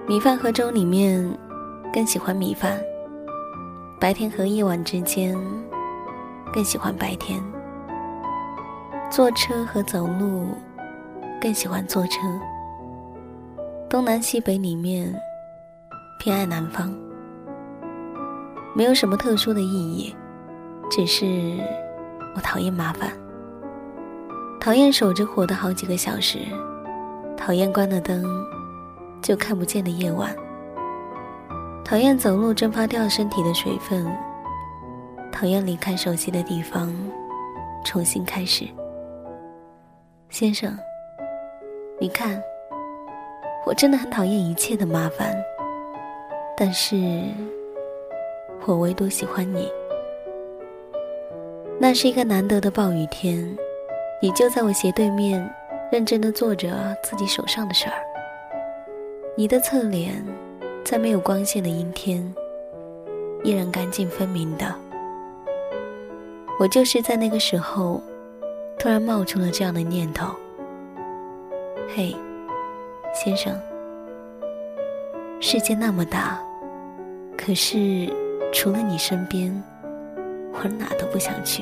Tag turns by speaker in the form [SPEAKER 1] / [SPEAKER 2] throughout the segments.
[SPEAKER 1] 米饭和粥里面更喜欢米饭，白天和夜晚之间更喜欢白天，坐车和走路更喜欢坐车，东南西北里面偏爱南方。没有什么特殊的意义，只是我讨厌麻烦，讨厌守着火的好几个小时，讨厌关了灯就看不见的夜晚，讨厌走路蒸发掉身体的水分，讨厌离开熟悉的地方重新开始。先生，你看，我真的很讨厌一切的麻烦，但是我唯独喜欢你。那是一个难得的暴雨天，你就在我斜对面认真地做着自己手上的事儿。你的侧脸在没有光线的阴天依然干净分明的。我就是在那个时候突然冒出了这样的念头，嘿，先生，世界那么大，可是除了你身边，我哪都不想去。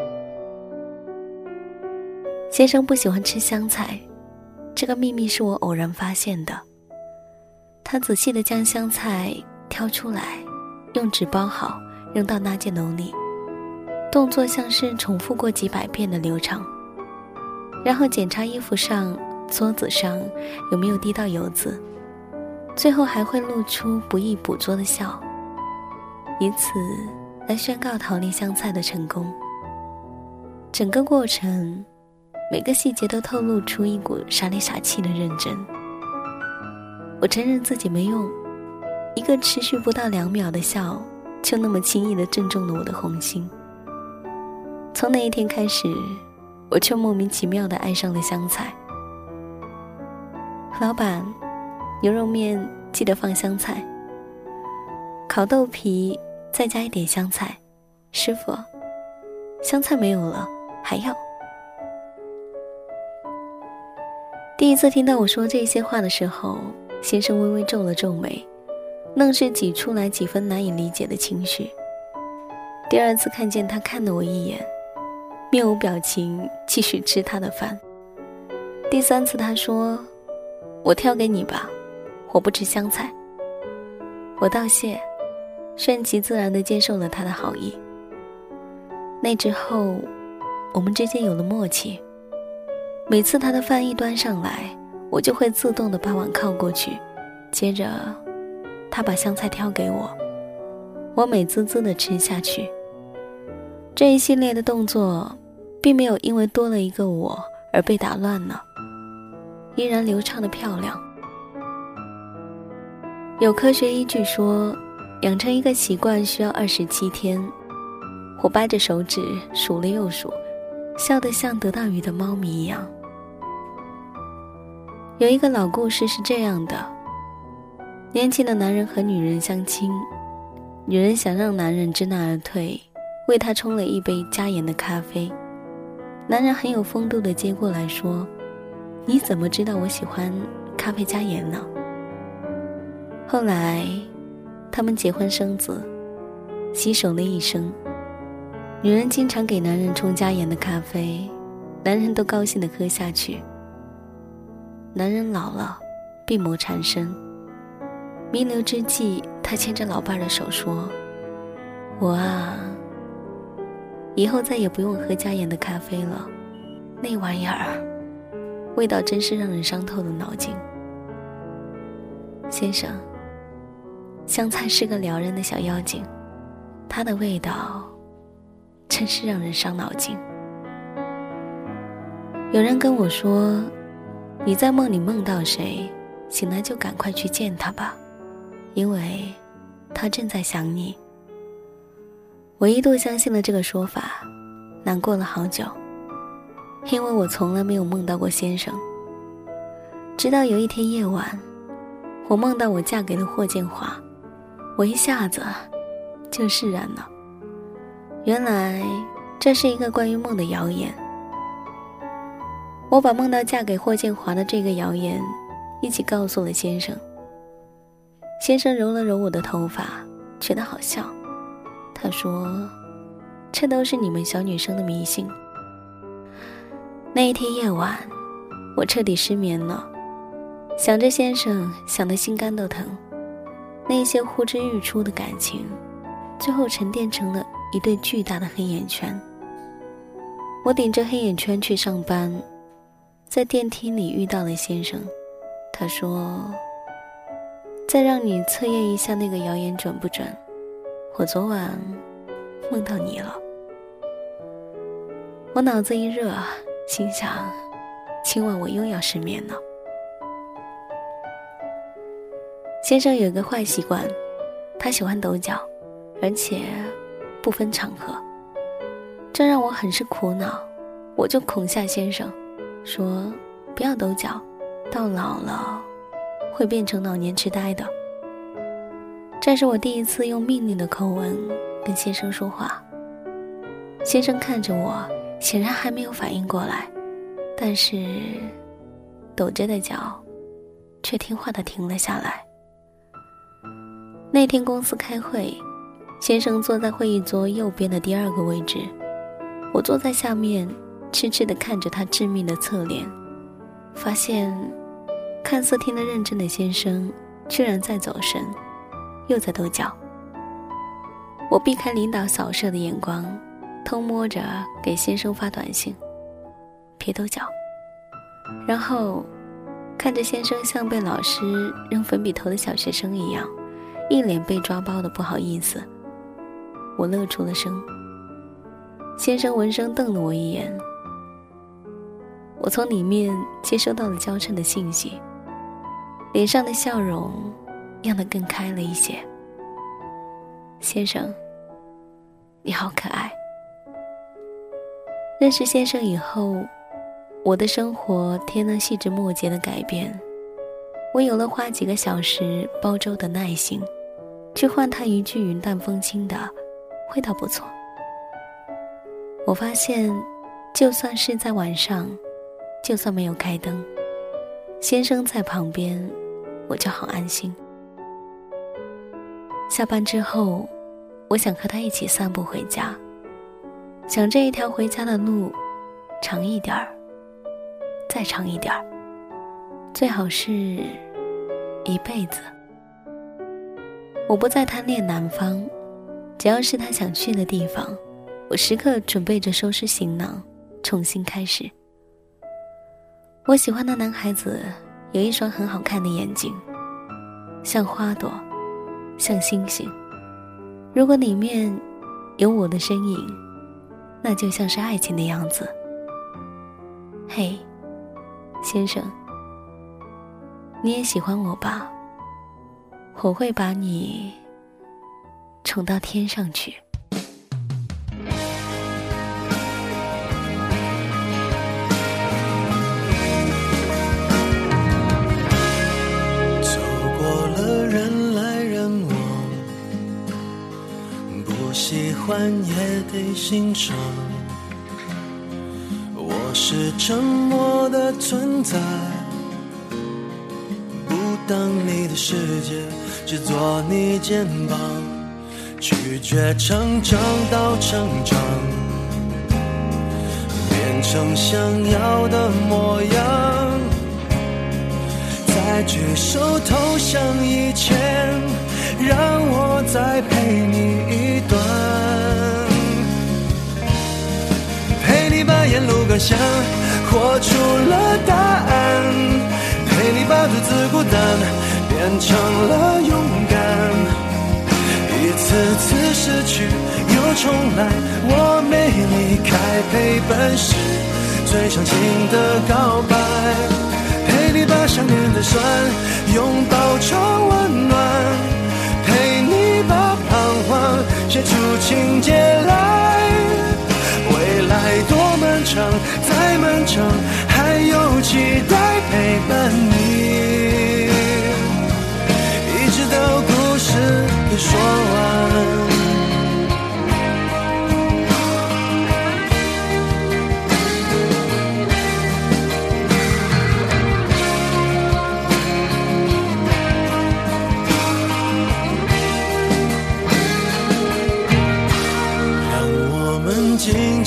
[SPEAKER 1] 先生不喜欢吃香菜，这个秘密是我偶然发现的。他仔细地将香菜挑出来，用纸包好，扔到那件楼里，动作像是重复过几百遍的流畅，然后检查衣服上、桌子上有没有滴到油渍，最后还会露出不易捕捉的笑，以此来宣告逃离香菜的成功。整个过程每个细节都透露出一股傻里傻气的认真。我承认自己没用，一个持续不到2秒的笑就那么轻易地正中了我的红心。从那一天开始，我却莫名其妙地爱上了香菜。老板，牛肉面记得放香菜，烤豆皮再加一点香菜。师傅，香菜没有了，还要。第一次听到我说这些话的时候，先生微微皱了皱眉，愣是挤出来几分难以理解的情绪。第二次看见他看了我一眼，面无表情继续吃他的饭。第三次他说，我挑给你吧，我不吃香菜。我道谢，顺其自然地接受了他的好意。那之后我们之间有了默契，每次他的饭一端上来，我就会自动地把碗靠过去，接着他把香菜挑给我，我美滋滋地吃下去。这一系列的动作并没有因为多了一个我而被打乱了，依然流畅的漂亮。有科学依据说，养成一个习惯需要27天。我掰着手指数了又数，笑得像得到鱼的猫咪一样。有一个老故事是这样的，年轻的男人和女人相亲，女人想让男人知难而退，为他冲了一杯加盐的咖啡。男人很有风度地接过来说，你怎么知道我喜欢咖啡加盐呢？后来他们结婚生子，携手了一生。女人经常给男人冲加盐的咖啡，男人都高兴地喝下去。男人老了，病魔缠身，弥留之际，他牵着老伴的手说，我啊，以后再也不用喝加盐的咖啡了，那玩意儿味道真是让人伤透了脑筋。先生，香菜是个撩人的小妖精，它的味道真是让人伤脑筋。有人跟我说，你在梦里梦到谁，醒来就赶快去见他吧，因为他正在想你。我一度相信了这个说法，难过了好久，因为我从来没有梦到过先生。直到有一天夜晚，我梦到我嫁给了霍建华，我一下子就释然了。原来这是一个关于梦的谣言。我把梦到嫁给霍建华的这个谣言一起告诉了先生。 先生揉了揉我的头发，觉得好笑。他说，这都是你们小女生的迷信。那一天夜晚，我彻底失眠了，想着先生，想得心肝都疼。那些呼之欲出的感情，最后沉淀成了一对巨大的黑眼圈。我顶着黑眼圈去上班，在电梯里遇到了先生。他说，再让你测验一下那个谣言准不准，我昨晚梦到你了。我脑子一热，心想今晚我又要失眠了。先生有个坏习惯，他喜欢抖脚，而且不分场合，这让我很是苦恼。我就恐吓先生说，不要抖脚，到老了会变成老年痴呆的。这是我第一次用命令的口吻跟先生说话。先生看着我，显然还没有反应过来，但是抖着的脚却听话地停了下来。那天公司开会，先生坐在会议桌右边的第2个位置，我坐在下面，痴痴地看着他致命的侧脸，发现看似听得认真的先生居然在走神，又在抖脚。我避开领导扫射的眼光，偷摸着给先生发短信，别抖脚。然后看着先生像被老师扔粉笔头的小学生一样，一脸被抓包的不好意思，我乐出了声。先生闻声瞪了我一眼，我从里面接收到了交称的信息，脸上的笑容漾得更开了一些。先生，你好可爱。认识先生以后，我的生活添了细枝末节的改变。我有了花几个小时煲粥的耐心，去换他一句云淡风轻的味道不错。我发现就算是在晚上，就算没有开灯，先生在旁边，我就好安心。下班之后，我想和他一起散步回家，想这一条回家的路长一点儿，再长一点儿，最好是一辈子。我不再贪恋南方，只要是他想去的地方，我时刻准备着收拾行囊，重新开始。我喜欢的男孩子有一双很好看的眼睛，像花朵，像星星。如果里面有我的身影，那就像是爱情的样子。嘿，先生，你也喜欢我吧？我会把你宠到天上去。
[SPEAKER 2] 走过了人来人往，不喜欢也得欣赏。我是沉默的存在，不当你的世界，只做你肩膀，拒绝成长到成长，变成想要的模样，在举手投降以前，让我再陪你一段，陪你把沿路感想活出了答案，陪你把独自孤单变成了勇敢，一次次失去又重来，我没离开，陪伴是最长情的告白，陪你把想念的酸拥抱成温暖，陪你把彷徨写出情节来，未来多漫长，再漫长还有期待陪伴你，一直到故事的说完。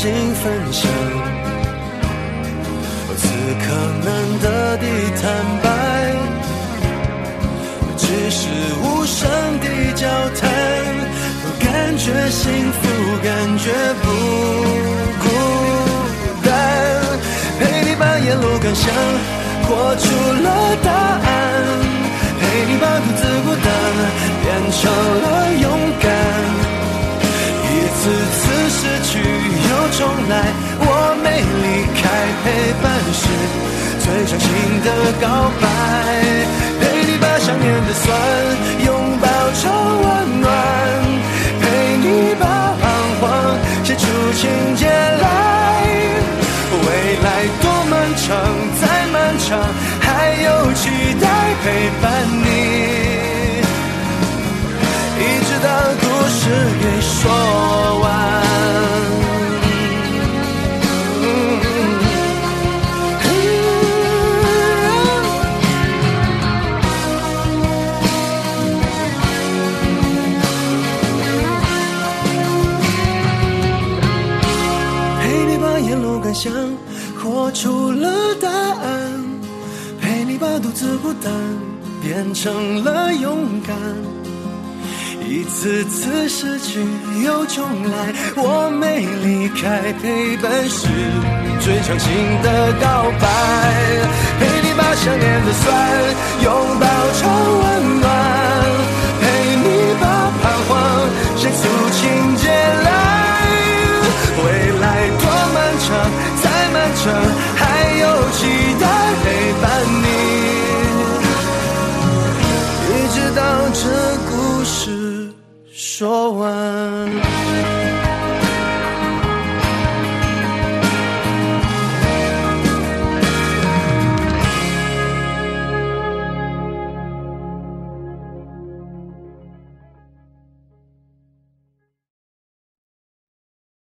[SPEAKER 2] 心分享。此刻难得的坦白，只是无声的交谈，感觉幸福，感觉不孤单。陪你把沿路感想活出了答案，陪你把独自孤单变成了勇敢。一次次失去又重来，我没离开，陪伴是最长情的告白。陪你把想念的酸拥抱成温暖，陪你把彷徨写出情节来。未来多漫长，再漫长，还有期待陪伴你，一直到故事给说完。陪你把沿路感想活出了答案，陪你把独自孤单变成了勇敢。一次次失去又重来，我没离开，陪伴是最长情的告白。陪你把想念的酸拥抱成温暖，